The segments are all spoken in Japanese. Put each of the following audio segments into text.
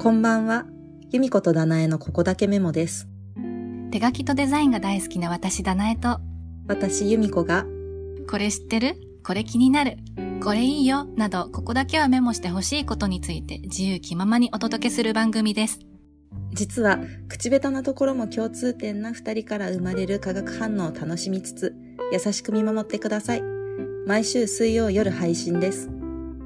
こんばんは。由美子とダナエのここだけメモです。 手書きとデザインが大好きな私ダナエと、 私由美子が、 これ知ってる？これ気になる？これいいよなど、ここだけはメモしてほしいことについて自由気ままにお届けする番組です。 実は口下手なところも共通点な2人から生まれる化学反応を楽しみつつ、優しく見守ってください。毎週水曜夜配信です。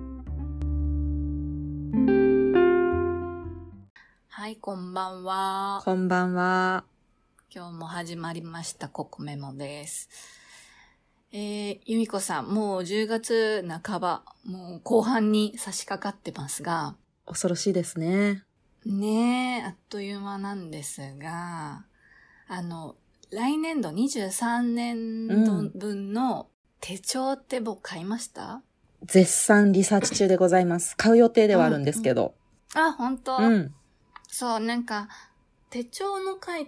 はい、こんばんは。 こんばんは。 今日も始まりましたココメモです。由美子さん、もう10月半ば、もう後半に差し掛かってますが、 恐ろしいですね。 ねえ、あっという間なんですが、来年度23年度分の手帳って僕買いました？ 絶賛リサーチ中でございます。買う予定ではあるんですけど。 あ、本当？ うん。 そう、なんか、手帳の回って、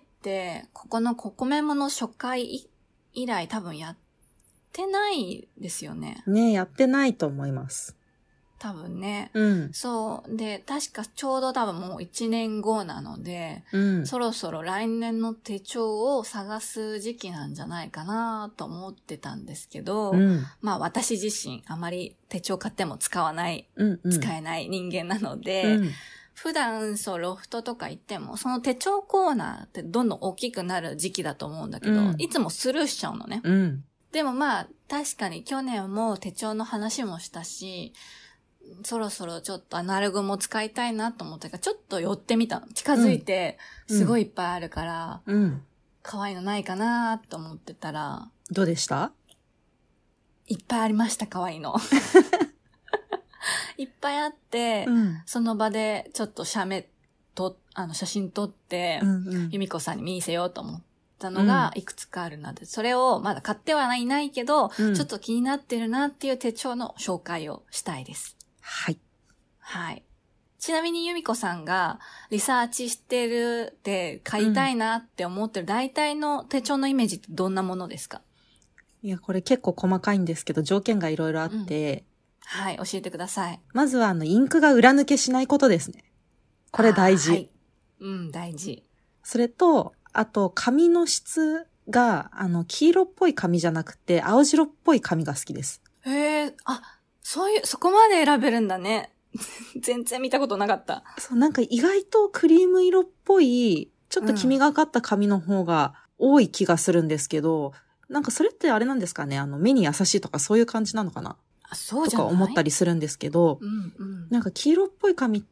ここのココメモの初回以来多分やってないですよね。 ねえ、やってないと思います。 多分ね。 うん。 そう。で、確かちょうど多分もう1年後なので、 うん。 そろそろ来年の手帳を探す時期なんじゃないかなと思ってたんですけど、 うん。 まあ私自身あまり手帳買っても使わない、 うん。 使えない人間なので、 うん。 普段ロフトとか行っても、その手帳コーナーってどんどん大きくなる時期だと思うんだけど、 うんいつもスルーしちゃうのね。 うん。 でもまあ、確かに去年も手帳の話もしたし、そろそろちょっとアナログも使いたいなと思ったから、ちょっと寄ってみたの。近づいて、すごいいっぱいあるから、 うん。 可愛いのないかなと思ってたら、 どうでした？ いっぱいありました、可愛いの。いっぱいあって、 うん。 その場でちょっと写真撮って、由美子さんに見せようと思ったのがいくつかあるので、それをまだ買ってはいないけど、ちょっと気になってるなっていう手帳の紹介をしたいです。 はい。 はい。ちなみに由美子さんがリサーチしてるで買いたいなって思ってる大体の手帳のイメージってどんなものですか？ いや、これ結構細かいんですけど、条件がいろいろあって、 はい、教えてください。 まずはインクが裏抜けしないことですね。これ大事。 はい。大事。 それと、あと、紙の質が、黄色っぽい紙じゃなくて、青白っぽい紙が好きです。 へえ、そこまで選べるんだね。全然見たことなかった。 そう、なんか意外とクリーム色っぽい、ちょっと黄みがかった紙の方が多い気がするんですけど、なんかそれってあれなんですかね、目に優しいとかそういう感じなのかな？ そうじゃない？ とか思ったりするんですけど、なんか黄色っぽい紙って、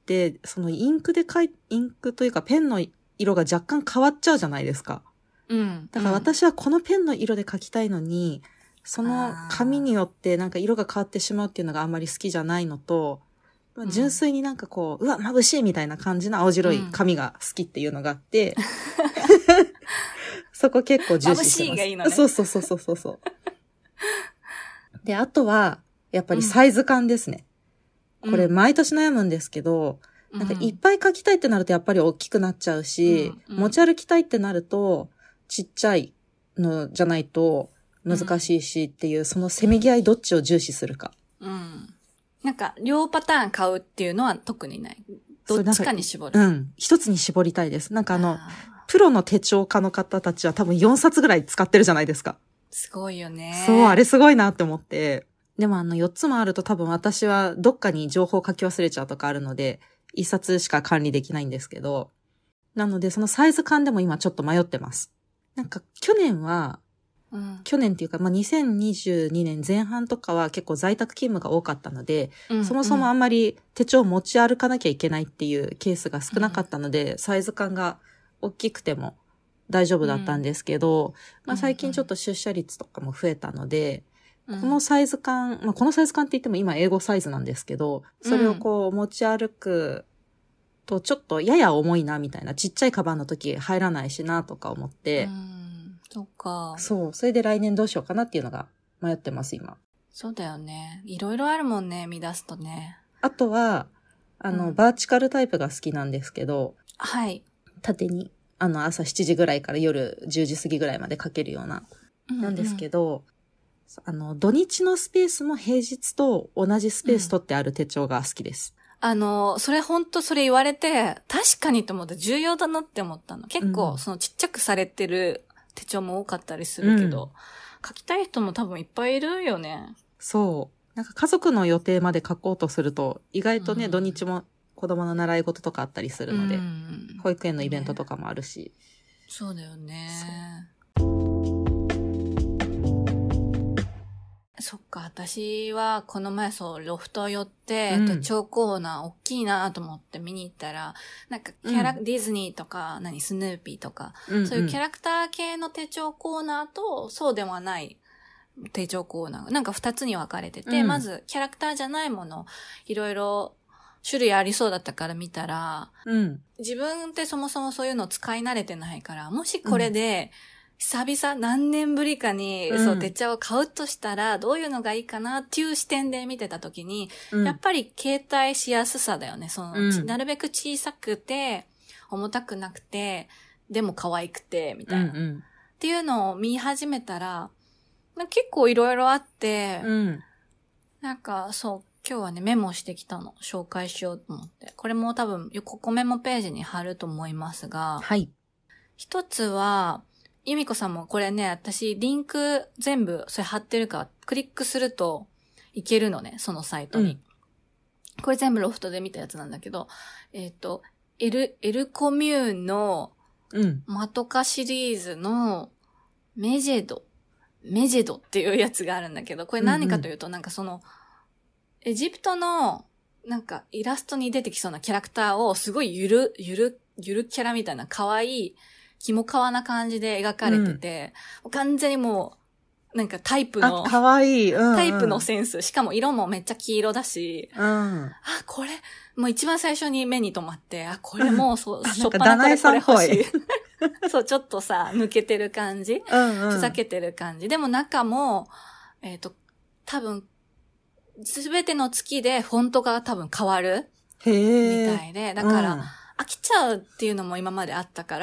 そのインクというかペンの色が若干変わっちゃうじゃないですか。だから私はこのペンの色で書きたいのに、その紙によってなんか色が変わってしまうっていうのがあんまり好きじゃないのと、純粋になんかこう、うわ、眩しいみたいな感じの青白い紙が好きっていうのがあって、そこ結構重視してます。 眩しいがいいのね。 そう。で、あとは、やっぱりサイズ感ですね。これ毎年悩むんですけど、なんかいっぱい書きたいってなるとやっぱり大きくなっちゃうし、持ち歩きたいってなるとちっちゃいのじゃないと難しいしっていう、そのせめぎ合いどっちを重視するか。 なんか両パターン買うっていうのは特にない。どっちかに絞る。 一つに絞りたいです。なんかプロの手帳家の方たちは多分4冊ぐらい使ってるじゃないですか。 すごいよね。 そう、あれすごいなって思って。でも4つもあると多分私はどっかに情報を書き忘れちゃうとかあるので、1冊しか管理できないんですけど。なのでそのサイズ感でも今ちょっと迷ってます。なんか去年っていうか、2022年前半とかは結構在宅勤務が多かったので、そもそもあんまり手帳を持ち歩かなきゃいけないっていうケースが少なかったので、サイズ感が大きくても大丈夫だったんですけど、最近ちょっと出社率とかも増えたので、このサイズ感って言っても今英語サイズなんですけど、それをこう持ち歩くとちょっとやや重いなみたいな、ちっちゃいカバンの時入らないしなとか思って、 そっか。 そう、それで来年どうしようかなっていうのが迷ってます今。 そうだよね。いろいろあるもんね、見出すとね。 あとはバーチカルタイプが好きなんですけど、 はい。 縦に朝7時ぐらいから夜10時過ぎぐらいまで書けるような、なんですけど、土日のスペースも平日と同じスペース取ってある手帳が好きです。 それほんとそれ言われて、確かにと思って重要だなって思ったの。結構、そのちっちゃくされてる手帳も多かったりするけど、書きたい人も多分いっぱいいるよね。 そう。なんか家族の予定まで書こうとすると、意外とね、土日も子供の習い事とかあったりするので、保育園のイベントとかもあるし。 そうだよね。そっか、私はこの前ロフト寄って、手帳コーナー大きいなと思って見に行ったら、なんかディズニーとか、スヌーピーとか、そういうキャラクター系の手帳コーナーと、そうではない手帳コーナーが、なんか2つに分かれてて、まずキャラクターじゃないもの、いろいろ種類ありそうだったから見たら、自分ってそもそもそういうの使い慣れてないから、もしこれで、久々何年ぶりかに、手帳を買うとしたら、どういうのがいいかなっていう視点で見てたときに、やっぱり携帯しやすさだよね。なるべく小さくて、重たくなくて、でも可愛くて、みたいな。っていうのを見始めたら、結構いろいろあって、なんか今日はね、メモしてきたの。紹介しようと思って。これも多分、ここメモページに貼ると思いますが、 はい。 一つは、由美子さんもこれね、私、リンク全部それ貼ってるからクリックするといけるのね、そのサイトに。これ全部ロフトで見たやつなんだけど、エルコミューンのマトカシリーズのメジェドっていうやつがあるんだけど、これ何かというと、なんかエジプトのなんかイラストに出てきそうなキャラクターをすごいゆるキャラみたいな可愛いキモカワな感じで描かれてて、完全にもう、なんかタイプの、 かわいい、 タイプのセンス。しかも色もめっちゃ黄色だし、これ、もう一番最初に目に留まって、これもうしょっぱなからこれ欲しい。そう、ちょっとさ、抜けてる感じ、ふざけてる感じ。でも中も、多分、すべての月でフォントが多分変わるみたいで、だから、飽きちゃうっていうのも今まであったから、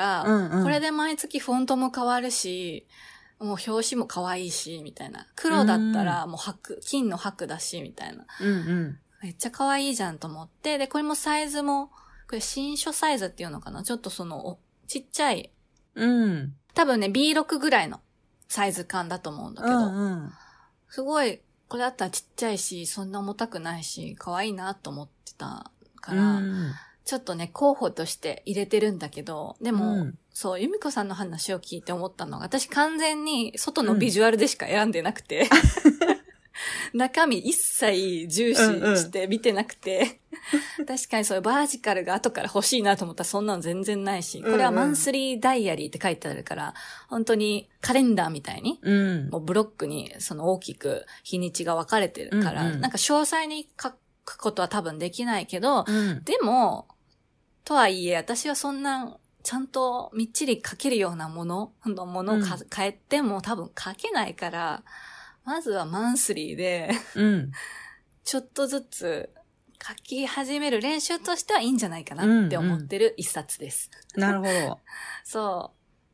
これで毎月フォントも変わるし、もう表紙も可愛いし、みたいな。黒だったらもう金の箔だし、みたいな。めっちゃ可愛いじゃんと思って、で、これもサイズも、これ新書サイズっていうのかな、ちょっとちっちゃい。多分ね、B6 ぐらいのサイズ感だと思うんだけど、すごい、これだったらちっちゃいし、そんな重たくないし、可愛いなと思ってたから、ちょっとね、候補として入れてるんだけど、でも、由美子さんの話を聞いて思ったのが、私完全に外のビジュアルでしか選んでなくて、中身一切重視して見てなくて、確かにそういうバージカルが後から欲しいなと思ったらそんなの全然ないし、これはマンスリーダイアリーって書いてあるから、本当にカレンダーみたいに、もうブロックに大きく日にちが分かれてるから、なんか詳細に書くことは多分できないけど、でも、とはいえ、私はそんな、ちゃんとみっちり書けるようなものを変えても多分書けないから、まずはマンスリーで、ちょっとずつ書き始める練習としてはいいんじゃないかなって思ってる一冊です。 なるほど。 そう。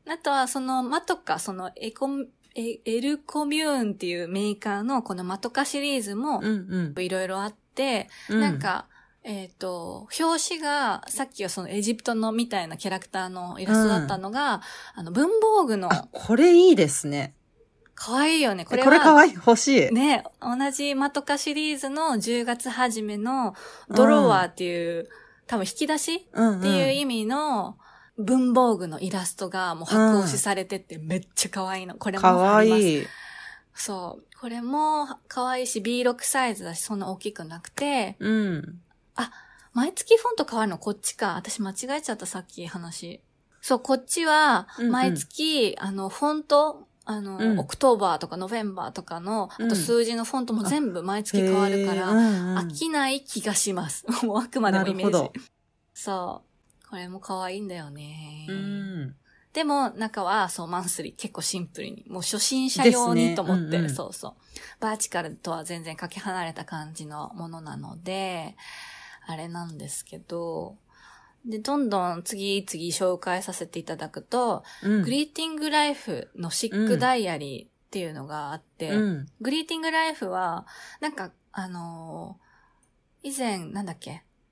あとはマトカ、エルコミューンっていうメーカーのこのマトカシリーズもいろいろあって、なんか、表紙が、さっきはエジプトのみたいなキャラクターのイラストだったのが、文房具の。 これいいですね。 かわいいよね。これかわいい。欲しい。 ね、同じマトカシリーズの10月初めのドロワーっていう、多分引き出しっていう意味の文房具のイラストがもう白押しされててめっちゃかわいいの。これもあります。かわいい。そう。これもかわいいし B6 サイズだしそんな大きくなくて、毎月フォント変わるのこっちか。私間違えちゃったさっき話。そう、こっちは毎月、フォント、オクトーバーとかノベンバーとかの、あと数字のフォントも全部毎月変わるから、飽きない気がします。もうあくまでもイメージ。そう。これも可愛いんだよね。でも、中は、マンスリー結構シンプルに、もう初心者用にと思って、そうそう。バーチカルとは全然かけ離れた感じのものなので、あれなんですけど、で、どんどん次々紹介させていただくと、グリーティングライフのシックダイアリーっていうのがあって、グリーティングライフは、なんか、以前、なんだっけ、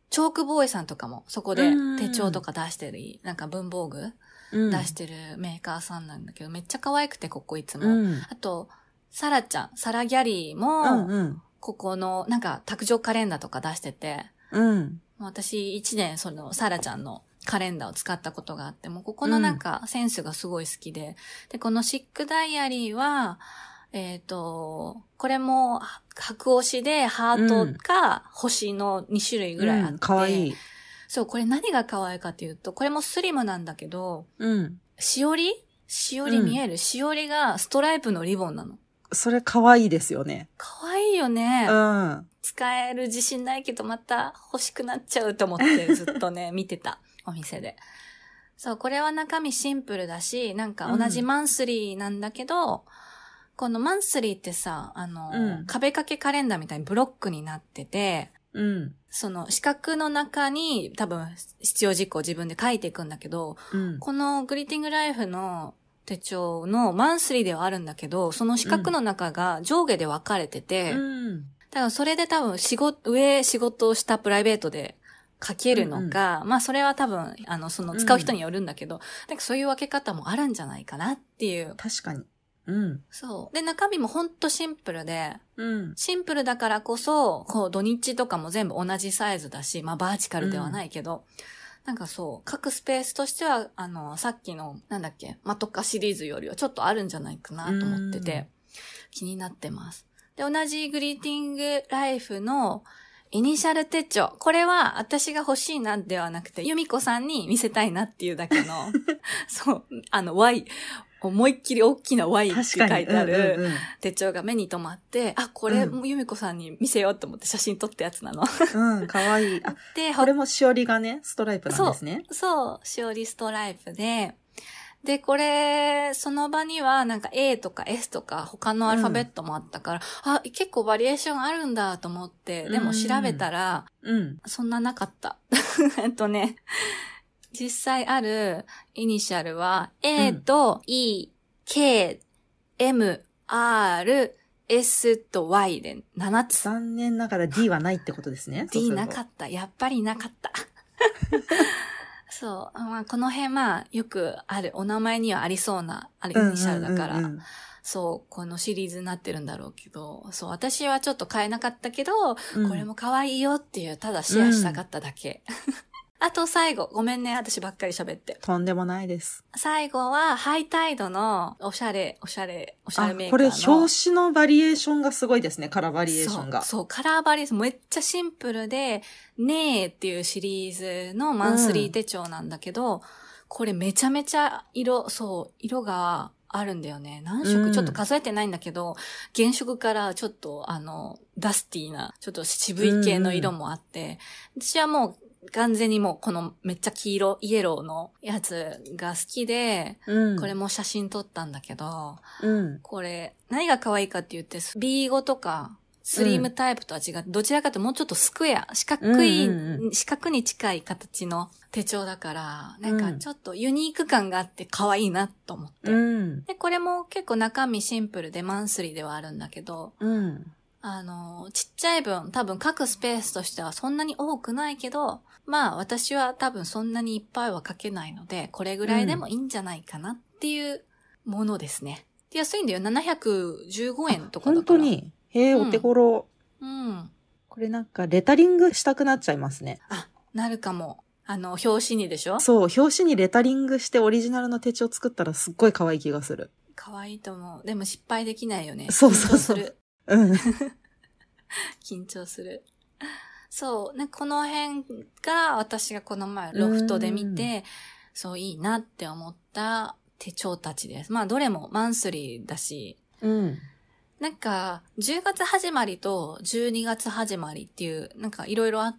チョークボーイさんとかもそこで手帳とか出してる、なんか文房具出してるメーカーさんなんだけど、めっちゃ可愛くて、ここいつも。あと、サラギャリーも、ここの、なんか、卓上カレンダーとか出してて、私1年サラちゃんのカレンダーを使ったことがあって、もうここのなんかセンスがすごい好きで、で、このシックダイアリーは、これも白押しでハートか星の2種類ぐらいあって、 かわいい。 そう、これ何が可愛いかというと、これもスリムなんだけど、しおり見える、しおりがストライプのリボンなの。 それ可愛いですよね。 可愛いよね。使える自信ないけどまた欲しくなっちゃうと思ってずっとね、見てた。お店で。そう、これは中身シンプルだし、なんか同じマンスリーなんだけど、このマンスリーってさ、壁掛けカレンダーみたいにブロックになってて、その四角の中に多分必要事項を自分で書いていくんだけど、このグリーティングライフの手帳のマンスリーではあるんだけど、その四角の中が上下で分かれてて、だからそれで多分仕事をしたプライベートで書けるのか、まあそれは多分、使う人によるんだけど、なんかそういう分け方もあるんじゃないかなっていう。 確かに。 そう。で、中身もほんとシンプルで、シンプルだからこそ、こう土日とかも全部同じサイズだし、まあバーチカルではないけど、なんかそう、書くスペースとしては、さっきの、なんだっけ、マトカシリーズよりはちょっとあるんじゃないかなと思ってて、気になってます。で、同じグリーティングライフのイニシャル手帳。これは私が欲しいなではなくて、由美子さんに見せたいなっていうだけの、そう、Y、思いっきり大きな Y って書いてある手帳が目に留まって、あ、これも由美子さんに見せようと思って写真撮ったやつなの。 かわいい。で、これもしおりがね、ストライプなんですね。 そう、しおりストライプで、これ、その場にはなんか A とか S とか他のアルファベットもあったから、あ、結構バリエーションあるんだと思って、でも調べたら、そんななかった。実際あるイニシャルは A と E、K、M、R、S と Y で7つ。 残念ながら D はないってことですね。 D なかった。やっぱりなかった。そう。まあ、この辺よくある、お名前にはありそうな、イニシャルだから、そう、このシリーズになってるんだろうけど、そう、私はちょっと買えなかったけど、これも可愛いよっていう、ただシェアしたかっただけ。あと最後、ごめんね、私ばっかり喋って。 とんでもないです。 最後は、ハイタイドのおしゃれメーカーの。 これ、表紙のバリエーションがすごいですね、カラーバリエーションが。 そう、カラーバリエーションめっちゃシンプルで、ねーっていうシリーズのマンスリー手帳なんだけど、これめちゃめちゃ色があるんだよね。何色、ちょっと数えてないんだけど、原色からちょっとダスティーな、ちょっと渋い系の色もあって、私はもう、完全にもうこのめっちゃ黄色、イエローのやつが好きで、これも写真撮ったんだけど、これ何が可愛いかって言って、B5 とかスリムタイプとは違って、どちらかというともうちょっとスクエア、四角に近い形の手帳だから、なんかちょっとユニーク感があって可愛いなと思って。で、これも結構中身シンプルでマンスリーではあるんだけど、ちっちゃい分、多分書くスペースとしてはそんなに多くないけど、まあ私は多分そんなにいっぱいは書けないので、これぐらいでもいいんじゃないかなっていうものですね。で、安いんだよ。715円とかだから。 本当に？お手頃。これなんかレタリングしたくなっちゃいますね。 なるかも。表紙にでしょ？ そう、表紙にレタリングしてオリジナルの手帳作ったらすっごい可愛い気がする。 可愛いと思う。でも失敗できないよね。 そう。 緊張する。緊張する。そう。ね、この辺が私がこの前ロフトで見て、そういいなって思った手帳たちです。まあどれもマンスリーだし、なんか10月始まりと12月始まりっていうなんかいろいろあって、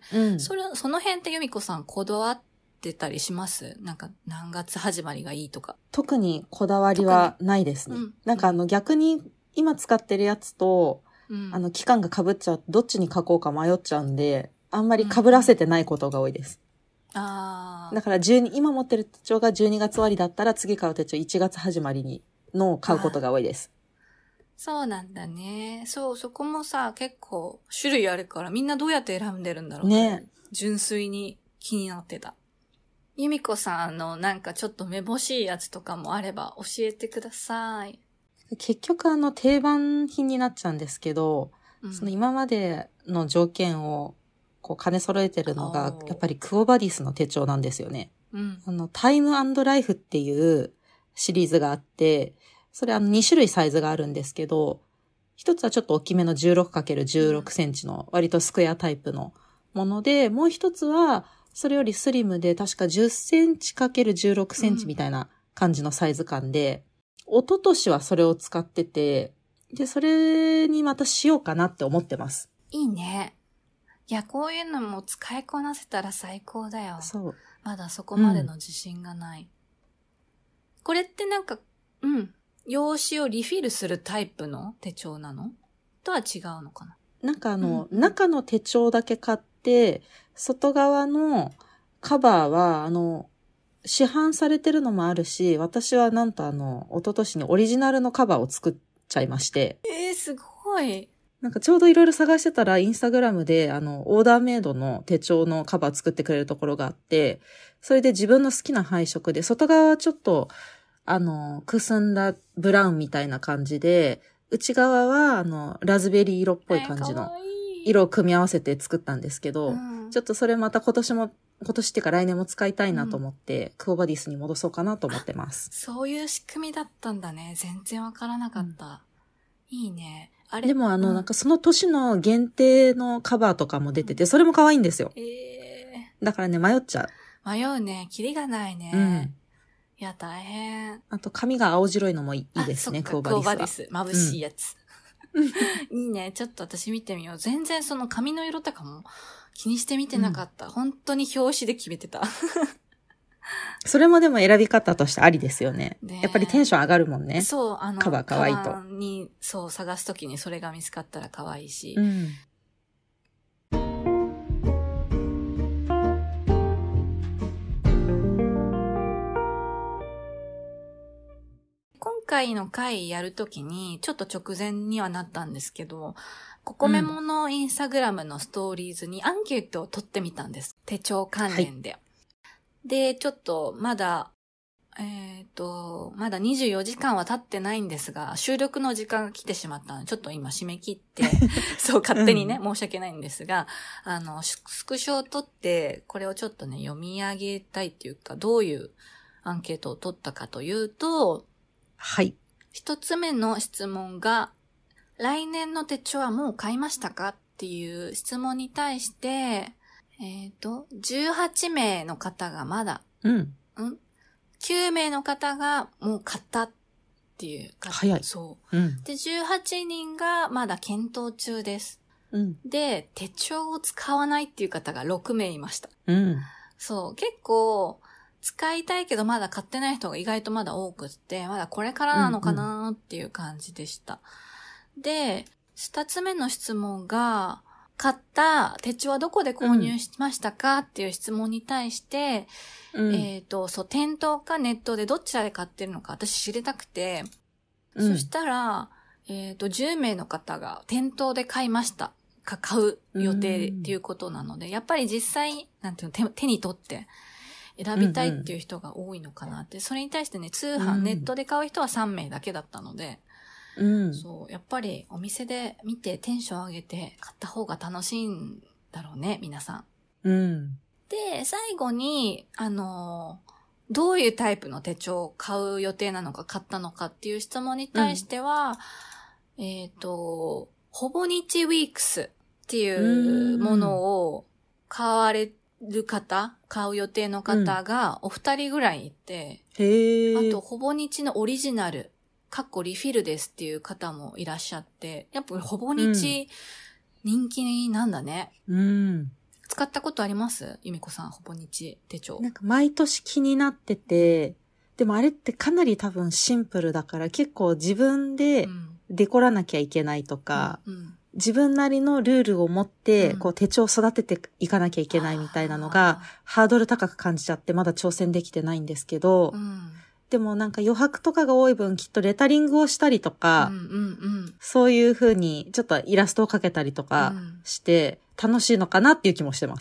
その辺って由美子さんこだわってたりします？なんか何月始まりがいいとか。 特にこだわりはないですね。なんか逆に今使ってるやつと、期間が被っちゃう、どっちに書こうか迷っちゃうんで、あんまり被らせてないことが多いです。だから今持ってる手帳が12月終わりだったら次買う手帳1月始まりの買うことが多いです。 そうなんだね。そう、そこもさ、結構種類あるからみんなどうやって選んでるんだろうね。 純粋に気になってた。由美子さんのなんかちょっとめぼしいやつとかもあれば教えてください。 結局定番品になっちゃうんですけど、その今までの条件をこう兼ね揃えてるのが、やっぱりクオバディスの手帳なんですよね。タイム&ライフっていうシリーズがあって、それ2種類サイズがあるんですけど、一つはちょっと大きめの 16×16 センチの割とスクエアタイプのもので、もう一つはそれよりスリムで確か10センチ ×16 センチみたいな感じのサイズ感で、一昨年はそれを使ってて、で、それにまたしようかなって思ってます。 いいね。いや、こういうのも使いこなせたら最高だよ。 そう。 まだそこまでの自信がない。これってなんか、用紙をリフィルするタイプの手帳なのとは違うのかな。 なんか中の手帳だけ買って、外側のカバーは、市販されてるのもあるし、私はなんと一昨年にオリジナルのカバーを作っちゃいまして。 すごい。 なんかちょうどいろいろ探してたら、インスタグラムで、オーダーメイドの手帳のカバー作ってくれるところがあって、それで自分の好きな配色で、外側はちょっと、くすんだブラウンみたいな感じで、内側は、ラズベリー色っぽい感じの色を組み合わせて作ったんですけど、ちょっとそれまた今年っていうか来年も使いたいなと思って、クオバディスに戻そうかなと思ってます。 そういう仕組みだったんだね。全然わからなかった。いいね。あれでもなんかその年の限定のカバーとかも出てて、それも可愛いんですよ。だからね、迷っちゃう。 迷うね。キリがないね。いや、大変。 あと髪が青白いのもいいですね、クオバディスは。 クオバディス。眩しいやつ。いいね。ちょっと私見てみよう。全然その髪の色とかも気にして見てなかった。本当に表紙で決めてた。 それもでも選び方としてありですよね。やっぱりテンション上がるもんね。 そう、 カバー可愛いと。 カバーに、そう、探すときにそれが見つかったら可愛いし。今回の回やるときに、ちょっと直前にはなったんですけど、ココメモのインスタグラムのストーリーズにアンケートを取ってみたんです。手帳関連で。で、ちょっとまだ、まだ24時間は経ってないんですが、収録の時間が来てしまったので、ちょっと今締め切って、そう、勝手にね、申し訳ないんですが、スクショを取って、これをちょっとね、読み上げたいっていうか、どういうアンケートを取ったかというと、 はい。 一つ目の質問が、来年の手帳はもう買いましたかっていう質問に対して、18名の方がまだ、9名の方がもう買ったっていう方。 早い。 そう。で、18人がまだ検討中です。で、手帳を使わないっていう方が6名いました。そう。結構、使いたいけどまだ買ってない人が意外とまだ多くって、まだこれからなのかなっていう感じでした。で、二つ目の質問が、買った手帳はどこで購入しましたかっていう質問に対して、そう、店頭かネットでどちらで買ってるのか私知りたくて、そしたら、10名の方が店頭で買いましたか買う予定っていうことなので、やっぱり実際、なんていうの、手に取って選びたいっていう人が多いのかなって、それに対してね、通販、ネットで買う人は3名だけだったので、そう、やっぱりお店で見てテンション上げて買った方が楽しいんだろうね、皆さん。で、最後に、どういうタイプの手帳を買う予定なのか買ったのかっていう質問に対しては、ほぼ日ウィークスっていうものを買われる方、買う予定の方がお二人ぐらいいて、あとほぼ日のオリジナル、リフィルですっていう方もいらっしゃって、やっぱほぼ日人気なんだね。使ったことあります？ゆみこさん、ほぼ日手帳。 なんか毎年気になってて、でもあれってかなり多分シンプルだから結構自分でデコらなきゃいけないとか、自分なりのルールを持ってこう手帳を育てていかなきゃいけないみたいなのがハードル高く感じちゃってまだ挑戦できてないんですけど、でもなんか余白とかが多い分きっとレタリングをしたりとか、そういう風にちょっとイラストをかけたりとかして楽しいのかなっていう気もしてます。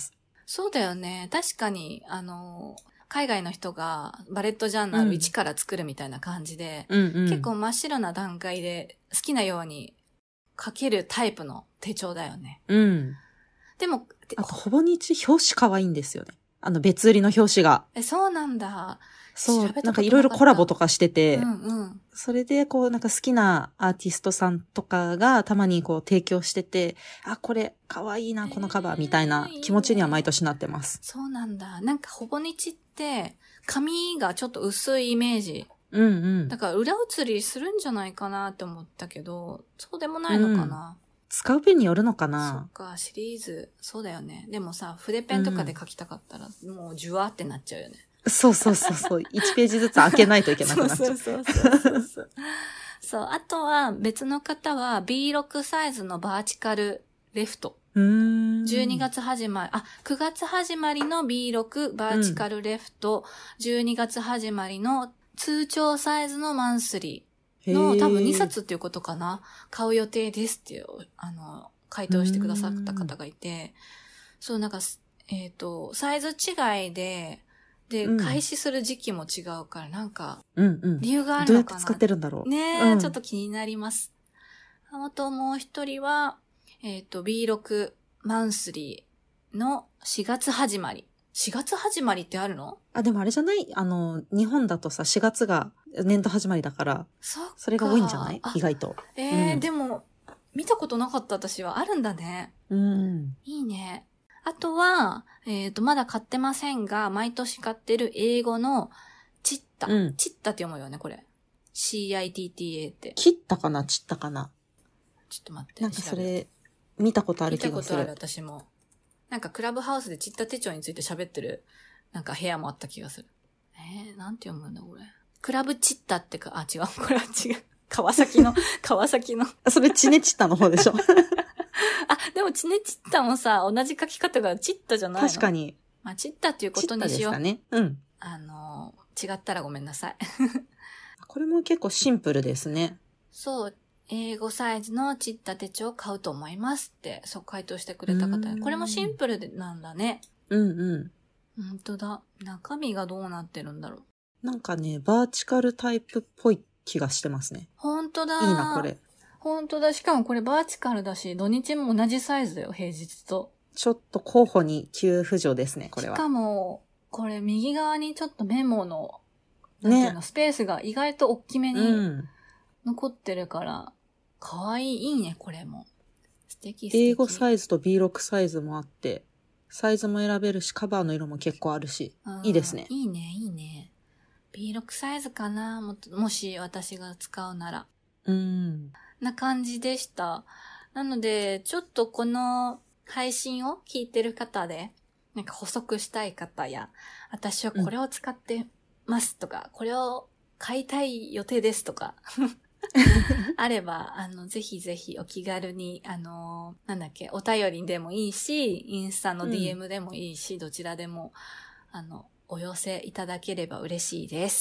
そうだよね。確かに、海外の人がバレットジャーナル1から作るみたいな感じで、結構真っ白な段階で好きなように書けるタイプの手帳だよね。でも、 あと、ほぼ日表紙可愛いんですよね。別売りの表紙が。 そうなんだ。 そう、なんかいろいろコラボとかしてて、それでこうなんか好きなアーティストさんとかがたまにこう提供してて、これ可愛いな、このカバーみたいな気持ちには毎年なってます。 そうなんだ。なんかほぼ日って紙がちょっと薄いイメージ。だから裏写りするんじゃないかなって思ったけど、そうでもないのかな。 使うペンによるのかな。 そっか、シリーズ、そうだよね。でもさ、筆ペンとかで書きたかったら、もうジュワーってなっちゃうよね。 そう。1ページずつ開けないといけなくなっちゃう。 そう。そう、あとは別の方は B6 サイズのバーチカルレフト。9月始まりの B6 バーチカルレフト、12月始まりの通帳サイズのマンスリーの多分2冊っていうことかな。買う予定ですっていう、回答してくださった方がいて、そうなんか、サイズ違いで、開始する時期も違うから、なんか、理由があるのかな。 どうやって使ってるんだろう。 ね、ちょっと気になります。あともう一人は、B6 マンスリーの4月始まり。4月始まりってあるの？ でもあれじゃない？日本だとさ、4月が年度始まりだから、それが多いんじゃない？意外と。 でも、見たことなかった私は。あるんだね。いいね。あとは、まだ買ってませんが、毎年買ってる英語のチッタ。チッタって読むよね、これ。CITTA って。 チッタかなチッタかな。 ちょっと待って。 なんかそれ、見たことある気がする。 見たことある、私も。なんかクラブハウスでチッタ手帳について喋ってる、なんか部屋もあった気がする。なんて読むんだ、これ。クラブチッタってか、違う、これは違う。川崎の。 それチネチッタの方でしょ。 でもチネチッタもさ、同じ書き方がチッタじゃないの？ 確かに。 チッタっていうことにしよう。 チッタですかね。 違ったらごめんなさい。 これも結構シンプルですね。 そう。英語サイズのチッタ手帳を買うと思いますって、そう回答してくれた方。これもシンプルなんだね。本当だ。中身がどうなってるんだろう。 なんかね、バーチカルタイプっぽい気がしてますね。 本当だ。 いいな、これ。 本当だ。しかもこれバーチカルだし、土日も同じサイズだよ、平日と。 ちょっと候補に急浮上ですね、これは。 しかも、これ右側にちょっとメモの、なんていうの、スペースが意外と大きめに残ってるから、かわいい、いいね、これも。素敵。 英語サイズと B6 サイズもあって、サイズも選べるし、カバーの色も結構あるし、いいですね。 いいね。B6 サイズかな、もし私が使うなら。な感じでした。なので、ちょっとこの配信を聞いてる方で、なんか補足したい方や、私はこれを使ってますとか、これを買いたい予定ですとか、あれば、ぜひぜひお気軽に、お便りでもいいし、インスタの DM でもいいし、どちらでも、お寄せいただければ嬉しいです。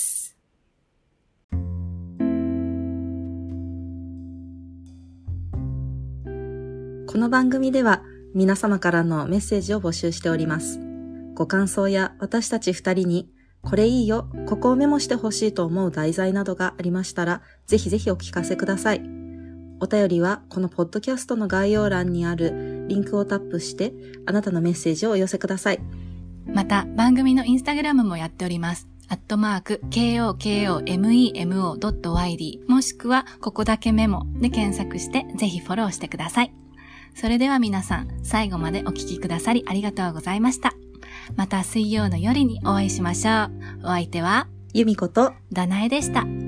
この番組では皆様からのメッセージを募集しております。ご感想や私たち2人にこれいいよ、ここをメモしてほしいと思う題材などがありましたら、ぜひぜひお聞かせください。お便りはこのポッドキャストの概要欄にあるリンクをタップしてあなたのメッセージをお寄せください。 また番組のインスタグラムもやっております。@KOKOMEMO.YD もしくはここだけメモで検索してぜひフォローしてください。それでは皆さん、最後までお聞きくださりありがとうございました。また水曜の夜にお会いしましょう。お相手は、 由美子とダナエでした。